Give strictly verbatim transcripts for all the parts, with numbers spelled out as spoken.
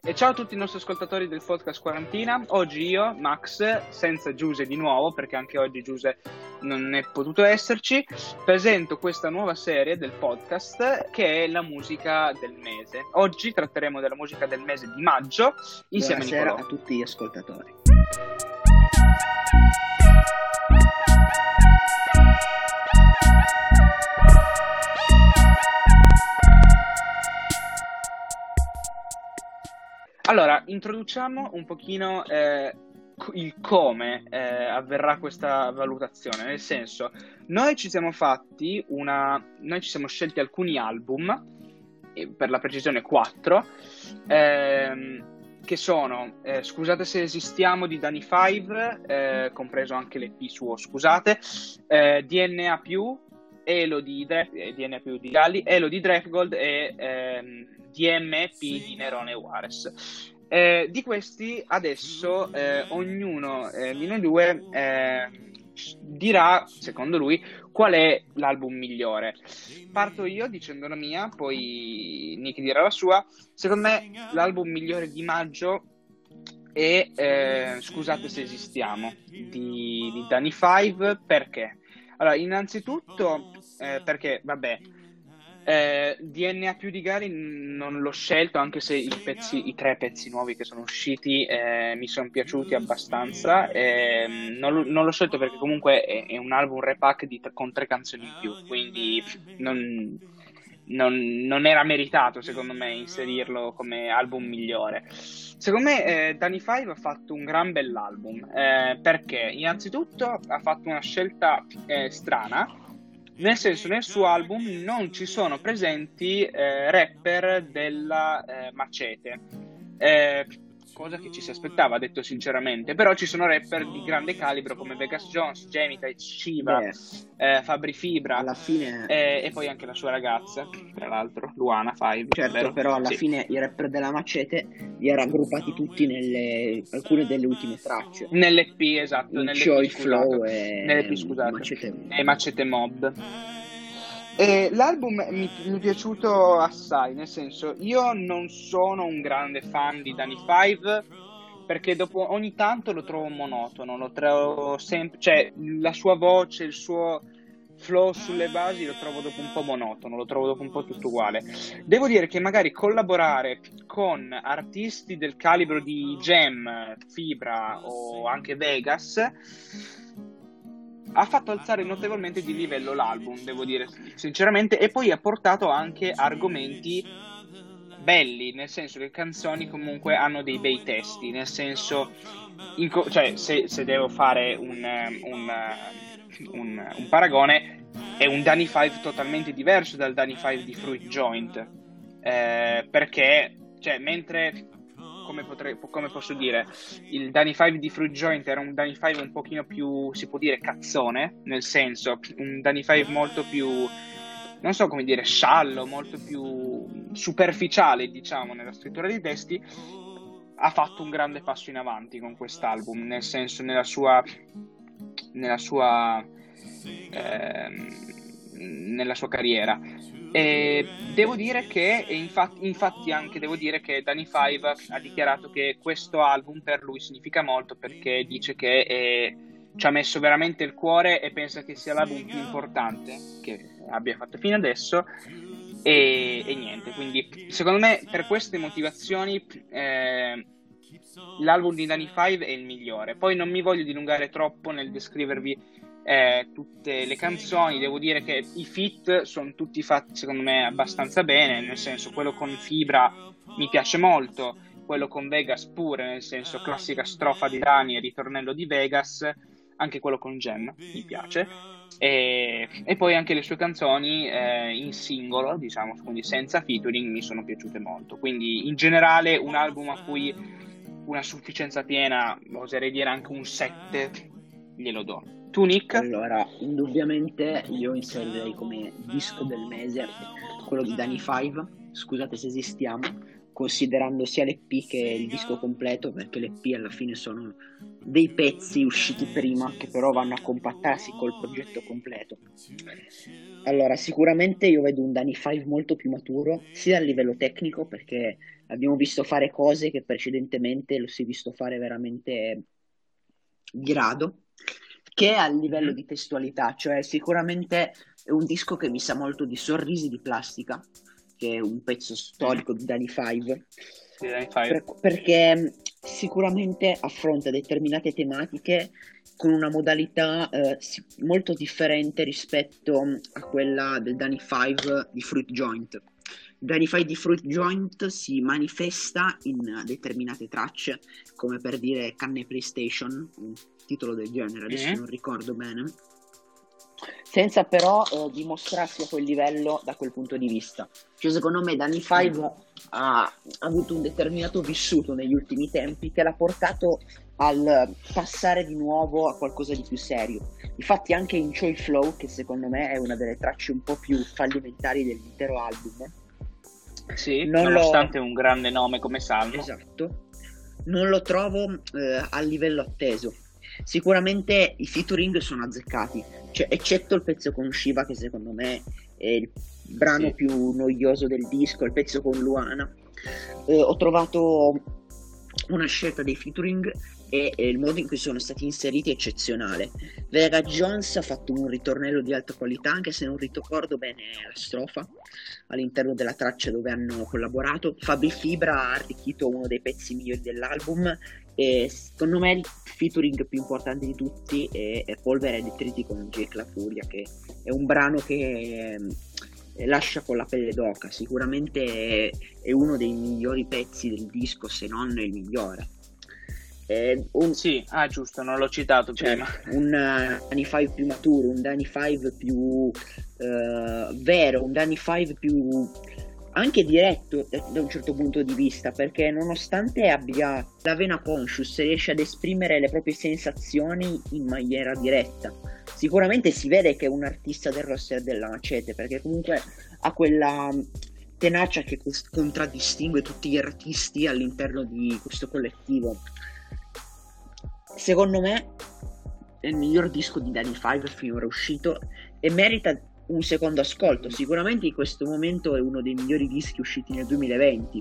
E ciao a tutti i nostri ascoltatori del podcast Quarantina. Oggi io, Max, senza Giuse di nuovo, perché anche oggi Giuse non è potuto esserci, presento questa nuova serie del podcast che è la musica del mese. Oggi tratteremo della musica del mese di maggio insieme Buonasera a Nicolò. a tutti gli ascoltatori. Allora, introduciamo un pochino eh, il come eh, avverrà questa valutazione, nel senso, noi ci siamo fatti una, noi ci siamo scelti alcuni album, eh, per la precisione quattro, ehm, che sono, eh, Scusate se esistiamo di Danny Five, eh, compreso anche l'E P suo, scusate, eh, D N A più, Elo di, Dre- eh, D N A più di Galli, Elo di Draftgold e ehm, D M P di Nerone Juarez. Eh, di questi adesso eh, ognuno eh, di noi due eh, dirà, secondo lui, qual è l'album migliore. Parto io dicendo la mia, poi Nick dirà la sua. Secondo me l'album migliore di maggio è eh, Scusate se esistiamo di, di Danny Five. Perché? Allora, innanzitutto eh, perché, vabbè, eh, D N A più di Gary non l'ho scelto, anche se i pezzi, i tre pezzi nuovi che sono usciti eh, mi sono piaciuti abbastanza. Eh, non, non l'ho scelto perché comunque è, è un album repack di, con tre canzoni in più, quindi non, non, non era meritato, secondo me, inserirlo come album migliore. Secondo me eh, Danny Five ha fatto un gran bell'album, eh, perché innanzitutto ha fatto una scelta eh, strana, nel senso, nel suo album non ci sono presenti eh, rapper della eh, Machete, eh, cosa che ci si aspettava, detto sinceramente, però ci sono rapper di grande calibro come Vegas Jones, Jamie, Shiva, eh, Fabri Fibra, alla fine eh, e poi anche la sua ragazza, tra l'altro, Luana Five. certo, vero? però alla Sì. fine i rapper della Macete li ha raggruppati tutti nelle alcune delle ultime tracce. Nell'E P, esatto, nell'E P, Joy scusate. Flow e Nell'E P, scusate. Macete. E Macete Mob. E l'album mi, mi è piaciuto assai, nel senso, io non sono un grande fan di Danny Five perché dopo ogni tanto lo trovo monotono, lo trovo sempre, cioè la sua voce, il suo flow sulle basi lo trovo dopo un po' monotono, lo trovo dopo un po' tutto uguale. Devo dire che magari collaborare con artisti del calibro di Jam, Fibra o anche Vegas ha fatto alzare notevolmente di livello l'album, devo dire sinceramente, e poi ha portato anche argomenti belli, nel senso che le canzoni comunque hanno dei bei testi, nel senso, in co- cioè se, se devo fare un, un, un, un paragone, è un Danny Five totalmente diverso dal Danny Five di Fruit Joint, eh, perché, cioè, mentre... Come, potrei, come posso dire, il Danny Five di Fruit Joint era un Danny Five un pochino più, si può dire, cazzone, nel senso, un Danny Five molto più, non so come dire, sciallo, molto più superficiale, diciamo, nella scrittura dei testi. Ha fatto un grande passo in avanti con quest'album, nel senso, nella sua nella sua ehm, nella sua carriera. E devo dire che, e infatti, infatti anche devo dire che Danny Five ha dichiarato che questo album per lui significa molto, perché dice che è, ci ha messo veramente il cuore e pensa che sia l'album più importante che abbia fatto fino adesso. E, e niente, quindi secondo me per queste motivazioni eh, l'album di Danny Five è il migliore. Poi non mi voglio dilungare troppo nel descrivervi Eh, tutte le canzoni. Devo dire che i feat sono tutti fatti secondo me abbastanza bene, nel senso, quello con Fibra mi piace molto, quello con Vegas pure, nel senso, classica strofa di Dani e ritornello di Vegas, anche quello con Gem mi piace, e, e poi anche le sue canzoni eh, in singolo, diciamo, quindi senza featuring, mi sono piaciute molto. Quindi in generale un album a cui una sufficienza piena, oserei dire anche un sette glielo do. Tu, Nick? Allora, indubbiamente io inserirei come disco del mese quello di Danny Five, Scusate se esistiamo, considerando sia l'E P che il disco completo, perché l'E P alla fine sono dei pezzi usciti prima che però vanno a compattarsi col progetto completo. Allora, sicuramente io vedo un Danny Five molto più maturo, sia a livello tecnico, perché abbiamo visto fare cose che precedentemente lo si è visto fare veramente di rado, che a livello di testualità, cioè sicuramente è un disco che mi sa molto di Sorrisi di Plastica, che è un pezzo storico di Danny Five, Sì, Danny Five. per- perché sicuramente affronta determinate tematiche con una modalità eh, si- molto differente rispetto a quella del Danny Five di Fruit Joint. Il Danny Five di Fruit Joint si manifesta in determinate tracce, come per dire Canne PlayStation, un titolo del genere, adesso Mhm. non ricordo bene, senza però eh, dimostrarsi a quel livello da quel punto di vista. Cioè, secondo me Danny Five ha avuto un determinato vissuto negli ultimi tempi che l'ha portato al passare di nuovo a qualcosa di più serio. Infatti anche in Joy Flow, che secondo me è una delle tracce un po' più fallimentari dell'intero album, Sì, non lo- nonostante un grande nome come Salmo. esatto, non lo trovo eh, a livello atteso. Sicuramente i featuring sono azzeccati, cioè, eccetto il pezzo con Shiva, che secondo me è il brano Sì. più noioso del disco, il pezzo con Luana. Eh, ho trovato una scelta dei featuring e, e il modo in cui sono stati inseriti è eccezionale. Vera Jones ha fatto un ritornello di alta qualità, anche se non ricordo bene la strofa all'interno della traccia dove hanno collaborato. Fabi Fibra ha arricchito uno dei pezzi migliori dell'album e secondo me il featuring più importante di tutti è, è Polvere e Detriti con Jake La Furia, che è un brano che eh, lascia con la pelle d'oca. Sicuramente è, è uno dei migliori pezzi del disco, se non il migliore. È un, Sì, ah giusto, non l'ho citato cioè, prima. un uh, Danny Five più maturo, un Danny Five più uh, vero, un Danny Five più anche diretto da, da un certo punto di vista, perché nonostante abbia la vena conscious riesce ad esprimere le proprie sensazioni in maniera diretta. Sicuramente si vede che è un artista del roster della Macete, perché comunque ha quella tenacia che cos- contraddistingue tutti gli artisti all'interno di questo collettivo. Secondo me è il miglior disco di Danny Five finora uscito e merita un secondo ascolto. Sicuramente in questo momento è uno dei migliori dischi usciti nel duemilaventi.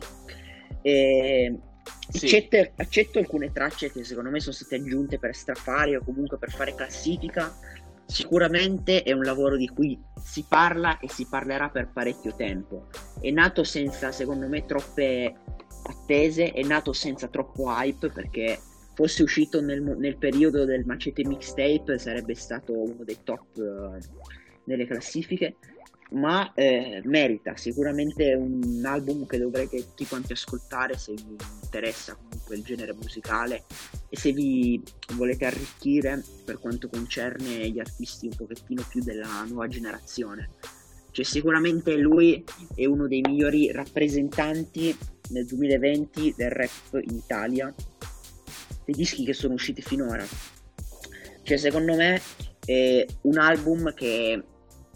E Sì. accetto, accetto alcune tracce che secondo me sono state aggiunte per strafare o comunque per fare classifica. Sicuramente è un lavoro di cui si parla e si parlerà per parecchio tempo. È nato senza, secondo me, troppe attese, è nato senza troppo hype, perché fosse uscito nel, nel periodo del Macete Mixtape sarebbe stato uno dei top uh, nelle classifiche, ma eh, merita sicuramente un album che dovrete tutti quanti ascoltare se vi interessa comunque il genere musicale e se vi volete arricchire per quanto concerne gli artisti un pochettino più della nuova generazione. Cioè, sicuramente lui è uno dei migliori rappresentanti nel duemilaventi del rap in Italia, dei dischi che sono usciti finora. Cioè, secondo me è un album che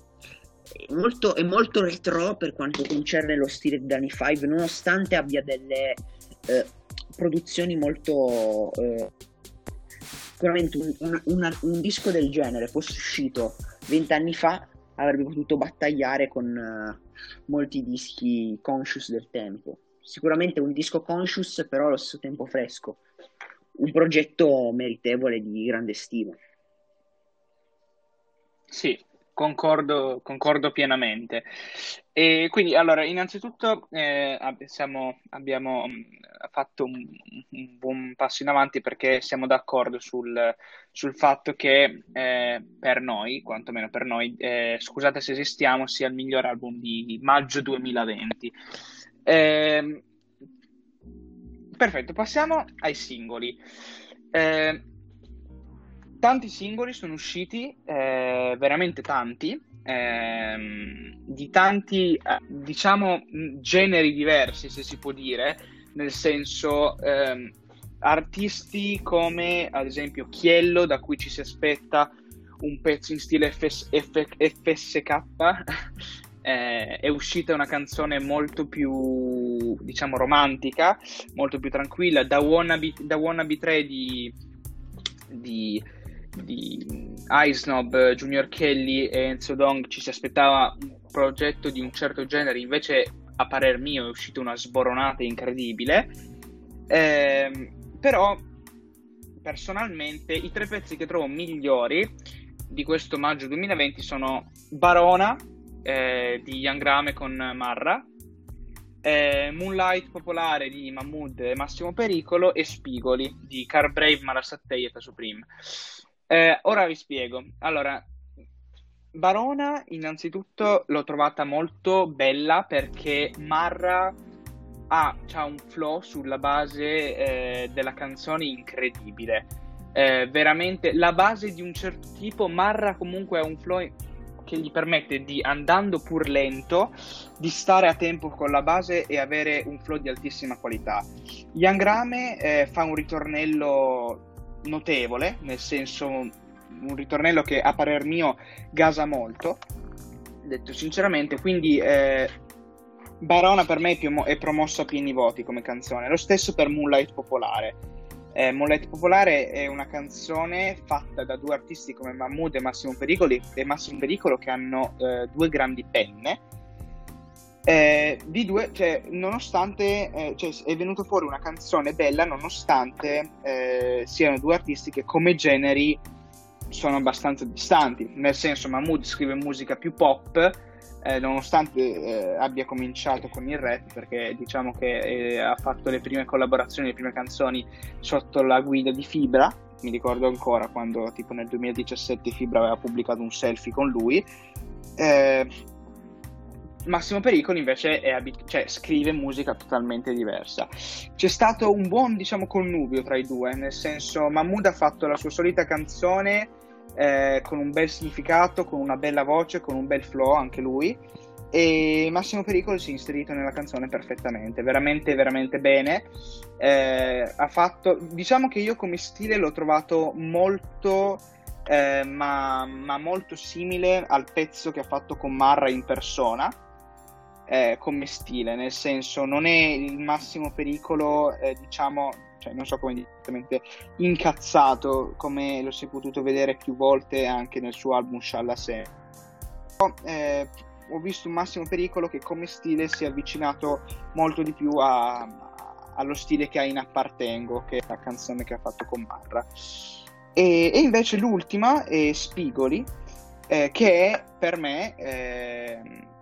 è molto, è molto retro per quanto concerne lo stile di Danny Five, nonostante abbia delle eh, produzioni molto eh, sicuramente un, un, una, un disco del genere fosse uscito vent'anni fa avrebbe potuto battagliare con uh, molti dischi conscious del tempo. Sicuramente un disco conscious, però allo stesso tempo fresco. Un progetto meritevole di grande stima. Sì, concordo, concordo pienamente. E quindi, allora, innanzitutto eh, ab- siamo- abbiamo mh, fatto un, un buon passo in avanti perché siamo d'accordo sul, sul fatto che eh, per noi, quantomeno per noi, eh, Scusate se esistiamo, sia il miglior album di maggio duemilaventi. Ehm, perfetto, passiamo ai singoli. Eh, tanti singoli sono usciti, eh, veramente tanti, ehm, di tanti, eh, diciamo, mh, generi diversi, se si può dire, nel senso, ehm, artisti come, ad esempio, Chiello, da cui ci si aspetta un pezzo in stile F S F- F S K, eh, è uscita una canzone molto più, diciamo, romantica, molto più tranquilla. Da Wannabe, da Wannabe tre di, di, di Ice Snob, Junior Kelly e Enzo Dong ci si aspettava un progetto di un certo genere, invece a parer mio è uscita una sboronata incredibile. Eh, però personalmente i tre pezzi che trovo migliori di questo maggio duemilaventi sono Barona eh, di Young Rame con Marra, eh, Moonlight Popolare di Mahmood e Massimo Pericolo e Spigoli di Car Brave, Mara Sattei e Tasupreme. Eh, ora vi spiego. Allora, Barona innanzitutto l'ho trovata molto bella perché Marra ha, c'ha un flow sulla base eh, della canzone incredibile. Eh, veramente la base di un certo tipo. Marra comunque ha un flow che gli permette di, andando pur lento, di stare a tempo con la base e avere un flow di altissima qualità. Young Rame eh, fa un ritornello notevole, nel senso un ritornello che a parer mio gasa molto, detto sinceramente, quindi eh, Barona per me è, più mo- è promosso a pieni voti come canzone. Lo stesso per Moonlight Popolare. Eh, Moonlight Popolare è una canzone fatta da due artisti come Mahmood e Massimo Pericoli e Massimo Pericolo, che hanno eh, due grandi penne. Eh, di due, cioè, nonostante eh, cioè, è venuto fuori una canzone bella, nonostante eh, siano due artisti che come generi sono abbastanza distanti. Nel senso, Mahmood scrive musica più pop, eh, nonostante eh, abbia cominciato con il rap, perché diciamo che eh, ha fatto le prime collaborazioni, le prime canzoni sotto la guida di Fibra. Mi ricordo ancora quando tipo nel duemiladiciassette Fibra aveva pubblicato un selfie con lui. eh, Massimo Pericolo invece è abit- cioè, scrive musica totalmente diversa. C'è stato un buon, diciamo, connubio tra i due, nel senso Mahmood ha fatto la sua solita canzone eh, con un bel significato, con una bella voce, con un bel flow anche lui, e Massimo Pericolo si è inserito nella canzone perfettamente, veramente veramente bene. Eh, ha fatto, diciamo che io come stile l'ho trovato molto eh, ma, ma molto simile al pezzo che ha fatto con Marra in persona. Eh, come stile, nel senso non è il Massimo Pericolo eh, diciamo, cioè non so come dire, esattamente incazzato come lo si è potuto vedere più volte anche nel suo album Scialla Se. Eh, ho visto un Massimo Pericolo che come stile si è avvicinato molto di più a, a, allo stile che ha in Appartengo, che è la canzone che ha fatto con Marra, e, e invece l'ultima è Spigoli, eh, che è per me eh,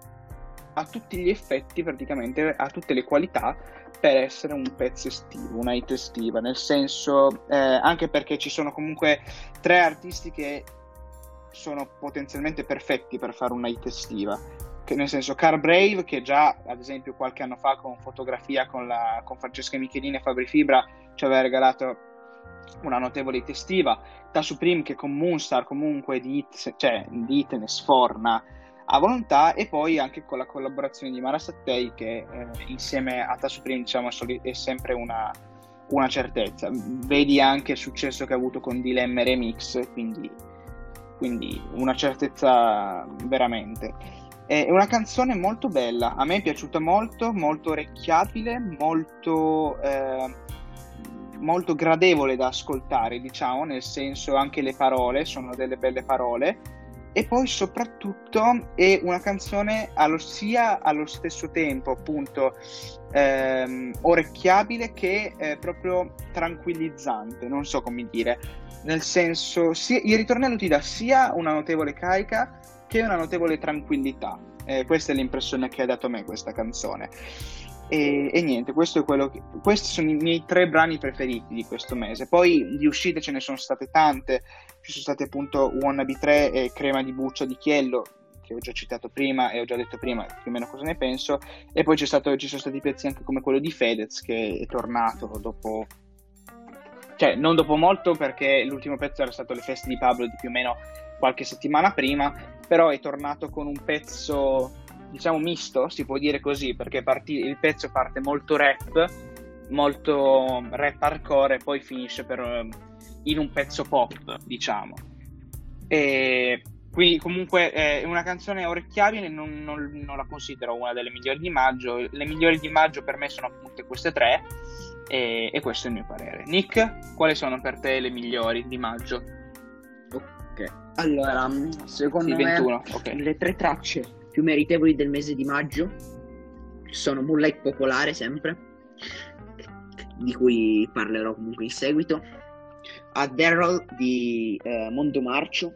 a tutti gli effetti, praticamente ha tutte le qualità per essere un pezzo estivo, una hit estiva, nel senso eh, anche perché ci sono comunque tre artisti che sono potenzialmente perfetti per fare una hit estiva, che nel senso Car Brave, che già ad esempio qualche anno fa con Fotografia con, la, con Francesca Michelini e Fabri Fibra ci aveva regalato una notevole hit estiva, Tasupreme che con Moonstar comunque di hit, cioè di hit ne sforna a volontà, e poi anche con la collaborazione di Mara Sattei che eh, insieme a Tasupreme diciamo è sempre una, una certezza. Vedi anche il successo che ha avuto con Dilemma Remix, quindi, quindi una certezza veramente. È una canzone molto bella, a me è piaciuta molto, molto orecchiabile, molto eh, molto gradevole da ascoltare, diciamo, nel senso anche le parole sono delle belle parole. E poi soprattutto è una canzone allo, sia allo stesso tempo appunto ehm, orecchiabile che eh, proprio tranquillizzante, non so come dire, nel senso sia, il ritornello ti dà sia una notevole carica che una notevole tranquillità. Eh, questa è l'impressione che ha dato a me questa canzone. E, e niente, questo è quello che, questi sono i miei tre brani preferiti di questo mese. Poi di uscite ce ne sono state tante, ci sono state appunto Wannabe tre e Crema di Buccia di Chiello, che ho già citato prima e ho già detto prima più o meno cosa ne penso, e poi c'è stato, ci sono stati pezzi anche come quello di Fedez, che è tornato dopo, cioè non dopo molto, perché l'ultimo pezzo era stato Le feste di Pablo di più o meno qualche settimana prima, però è tornato con un pezzo diciamo misto, si può dire così, perché parti, il pezzo parte molto rap, molto rap hardcore, e poi finisce per, in un pezzo pop, diciamo. E Quindi comunque è una canzone orecchiabile, non, non- non la considero una delle migliori di maggio. Le migliori di maggio per me sono appunto queste tre e, e questo è il mio parere. Nick, quali sono per te le migliori di maggio? Ok, allora, mm, Sì, secondo me ventuno, ok. le tre tracce più meritevoli del mese di maggio sono Moonlight Popolare, sempre, di cui parlerò comunque in seguito, A Daryl di eh, Mondo Marcio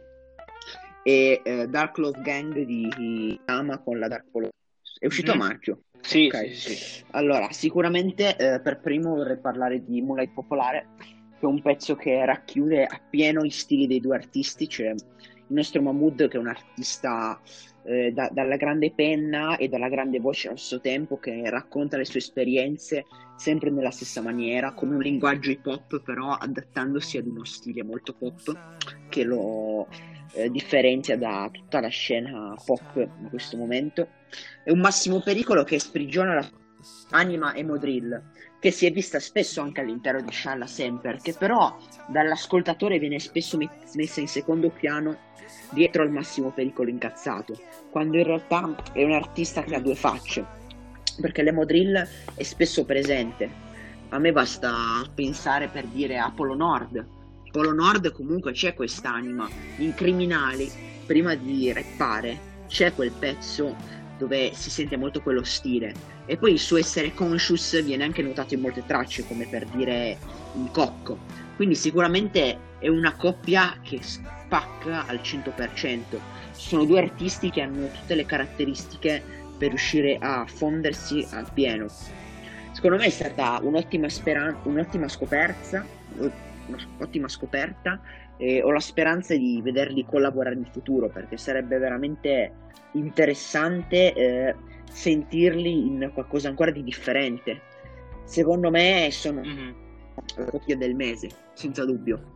e eh, Dark Love Gang di Ama con la Dark Polo. È uscito a Mhm. maggio. Sì, Ok. sì, sì, sì. Allora, sicuramente eh, per primo vorrei parlare di Moonlight Popolare, che è un pezzo che racchiude appieno i stili dei due artisti. C'è il nostro Mahmood, che è un artista eh, da- dalla grande penna e dalla grande voce allo stesso tempo, che racconta le sue esperienze sempre nella stessa maniera, con un linguaggio hip hop, però adattandosi ad uno stile molto pop che lo eh, differenzia da tutta la scena pop in questo momento. È un Massimo Pericolo che sprigiona la anima emo drill, che si è vista spesso anche all'interno di Shalla Semper, che però dall'ascoltatore viene spesso met- messa in secondo piano dietro al Massimo Pericolo incazzato, quando in realtà è un artista che ha due facce, perché l'emo drill è spesso presente. A me basta pensare, per dire, a Polo Nord. Polo Nord comunque c'è quest'anima. In Criminali, prima di rappare, c'è quel pezzo dove si sente molto quello stile. E poi il suo essere conscious viene anche notato in molte tracce, come per dire in Cocco. Quindi sicuramente è una coppia che spacca al cento per cento. Sono due artisti che hanno tutte le caratteristiche per riuscire a fondersi appieno. Secondo me è stata un'ottima, speran- un'ottima scoperta, un'ottima scoperta e ho la speranza di vederli collaborare in futuro, perché sarebbe veramente interessante eh, sentirli in qualcosa ancora di differente. Secondo me sono Mhm. la coppia del mese, senza dubbio.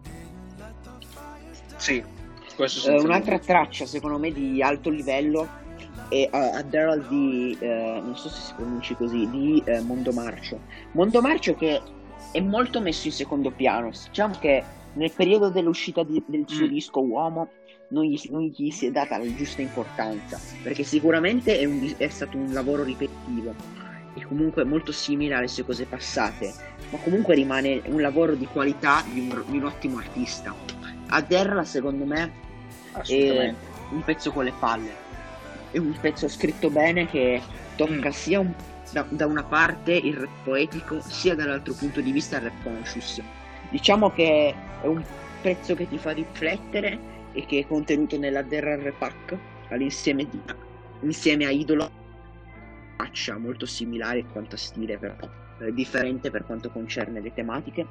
Sì, questo Eh, senza un'altra dubbio. traccia, secondo me, di alto livello è uh, A Daryl di, eh, non so se si pronunci così, di eh, Mondo Marcio. Mondo Marcio che è molto messo in secondo piano. Diciamo che nel periodo dell'uscita di- del suo Mm. disco Uomo non gli, non gli si è data la giusta importanza, perché sicuramente è, un dis- è stato un lavoro ripetitivo e comunque molto simile alle sue cose passate, ma comunque rimane un lavoro di qualità di un, di un ottimo artista. A Terra, secondo me, è Assolutamente. un pezzo con le palle. È un pezzo scritto bene che tocca Mm. sia un- da, da una parte il rap poetico, sia dall'altro punto di vista il rap conscious. Diciamo che è un pezzo che ti fa riflettere e che è contenuto nella Terra Repack all'insieme di, insieme a Idolo, faccia molto similare in quanto a stile, però eh, differente per quanto concerne le tematiche.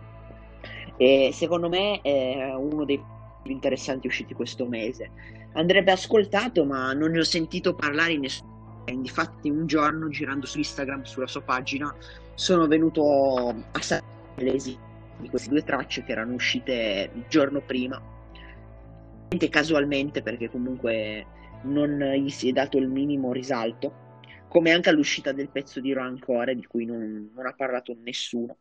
E secondo me è uno dei più interessanti usciti questo mese. Andrebbe ascoltato, ma non ne ho sentito parlare in nessun. Infatti, un giorno girando su Instagram, sulla sua pagina, sono venuto a sapere l'esito di queste due tracce che erano uscite il giorno prima, casualmente, perché comunque non gli si è dato il minimo risalto, come anche all'uscita del pezzo di Rancore, di cui non, non ha parlato nessuno.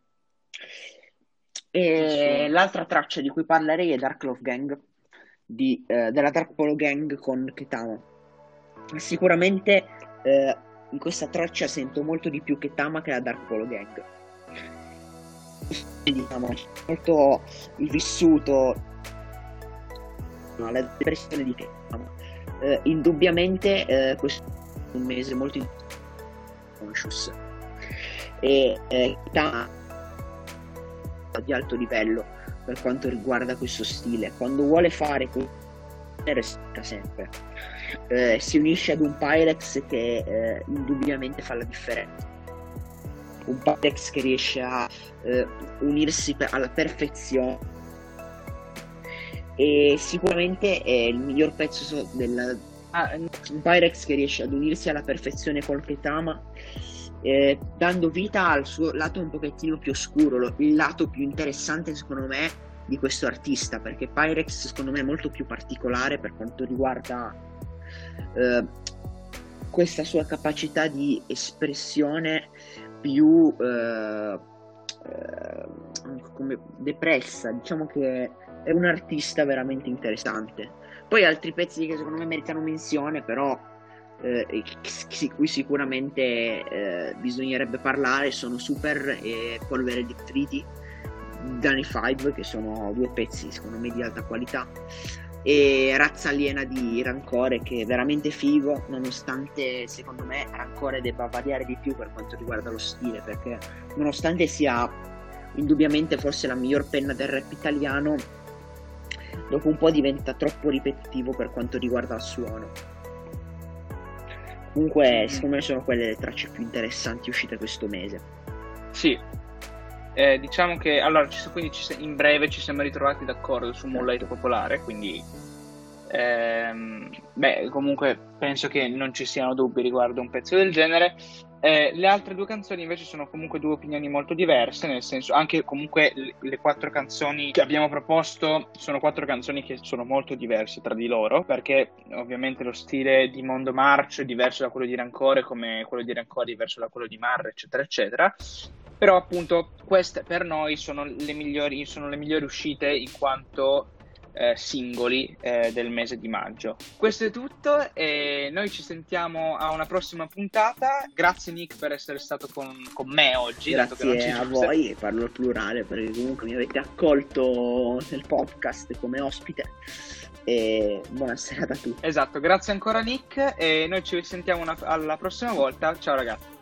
E Nessuno. l'altra traccia di cui parlerei è Dark Love Gang, di, eh, della Dark Polo Gang con Ketama. Sicuramente eh, in questa traccia sento molto di più Ketama che la Dark Polo Gang. Diciamo, c'è molto il vissuto, no, la depressione di Ketama. Eh, indubbiamente eh, questo è un mese molto conscious. E eh, Ketama di alto livello per quanto riguarda questo stile. Quando vuole fare questo resta sempre. Eh, si unisce ad un Pyrex che eh, indubbiamente fa la differenza. Un Pyrex che riesce a eh, unirsi per, alla perfezione. E sicuramente è il miglior pezzo del ah, un Pyrex che riesce ad unirsi alla perfezione col Ketama, eh, dando vita al suo lato un pochettino più oscuro, lo, il lato più interessante secondo me di questo artista, perché Pyrex secondo me è molto più particolare per quanto riguarda eh, questa sua capacità di espressione più eh, eh, come depressa. Diciamo che è un artista veramente interessante, Poi altri pezzi che secondo me meritano menzione, però eh, di cui sicuramente eh, bisognerebbe parlare, sono Super e Polvere di Triti Danny Five, che sono due pezzi secondo me di alta qualità, e Razza Aliena di Rancore, che è veramente figo, nonostante secondo me Rancore debba variare di più per quanto riguarda lo stile, perché nonostante sia indubbiamente forse la miglior penna del rap italiano, dopo un po' diventa troppo ripetitivo per quanto riguarda il suono. Comunque secondo me sono quelle le tracce più interessanti uscite questo mese. Sì, eh, diciamo che allora ci, quindi ci, in breve ci siamo ritrovati d'accordo su Moonlight Popolare, quindi ehm, beh, comunque penso che non ci siano dubbi riguardo un pezzo del genere. Eh, le altre due canzoni invece sono comunque due opinioni molto diverse, nel senso anche comunque le, le quattro canzoni che abbiamo proposto sono quattro canzoni che sono molto diverse tra di loro, perché ovviamente lo stile di Mondo March è diverso da quello di Rancore, come quello di Rancore è diverso da quello di Marra, eccetera eccetera. Però appunto queste per noi sono le migliori, sono le migliori uscite in quanto Eh, singoli eh, del mese di maggio. Questo è tutto e noi ci sentiamo a una prossima puntata. Grazie Nick per essere stato con, con me oggi. Grazie dato che non ci a fosse... voi, parlo al plurale perché comunque mi avete accolto nel podcast come ospite, e buona serata a tutti. Esatto, grazie ancora Nick e noi ci sentiamo una... alla prossima volta. Ciao ragazzi.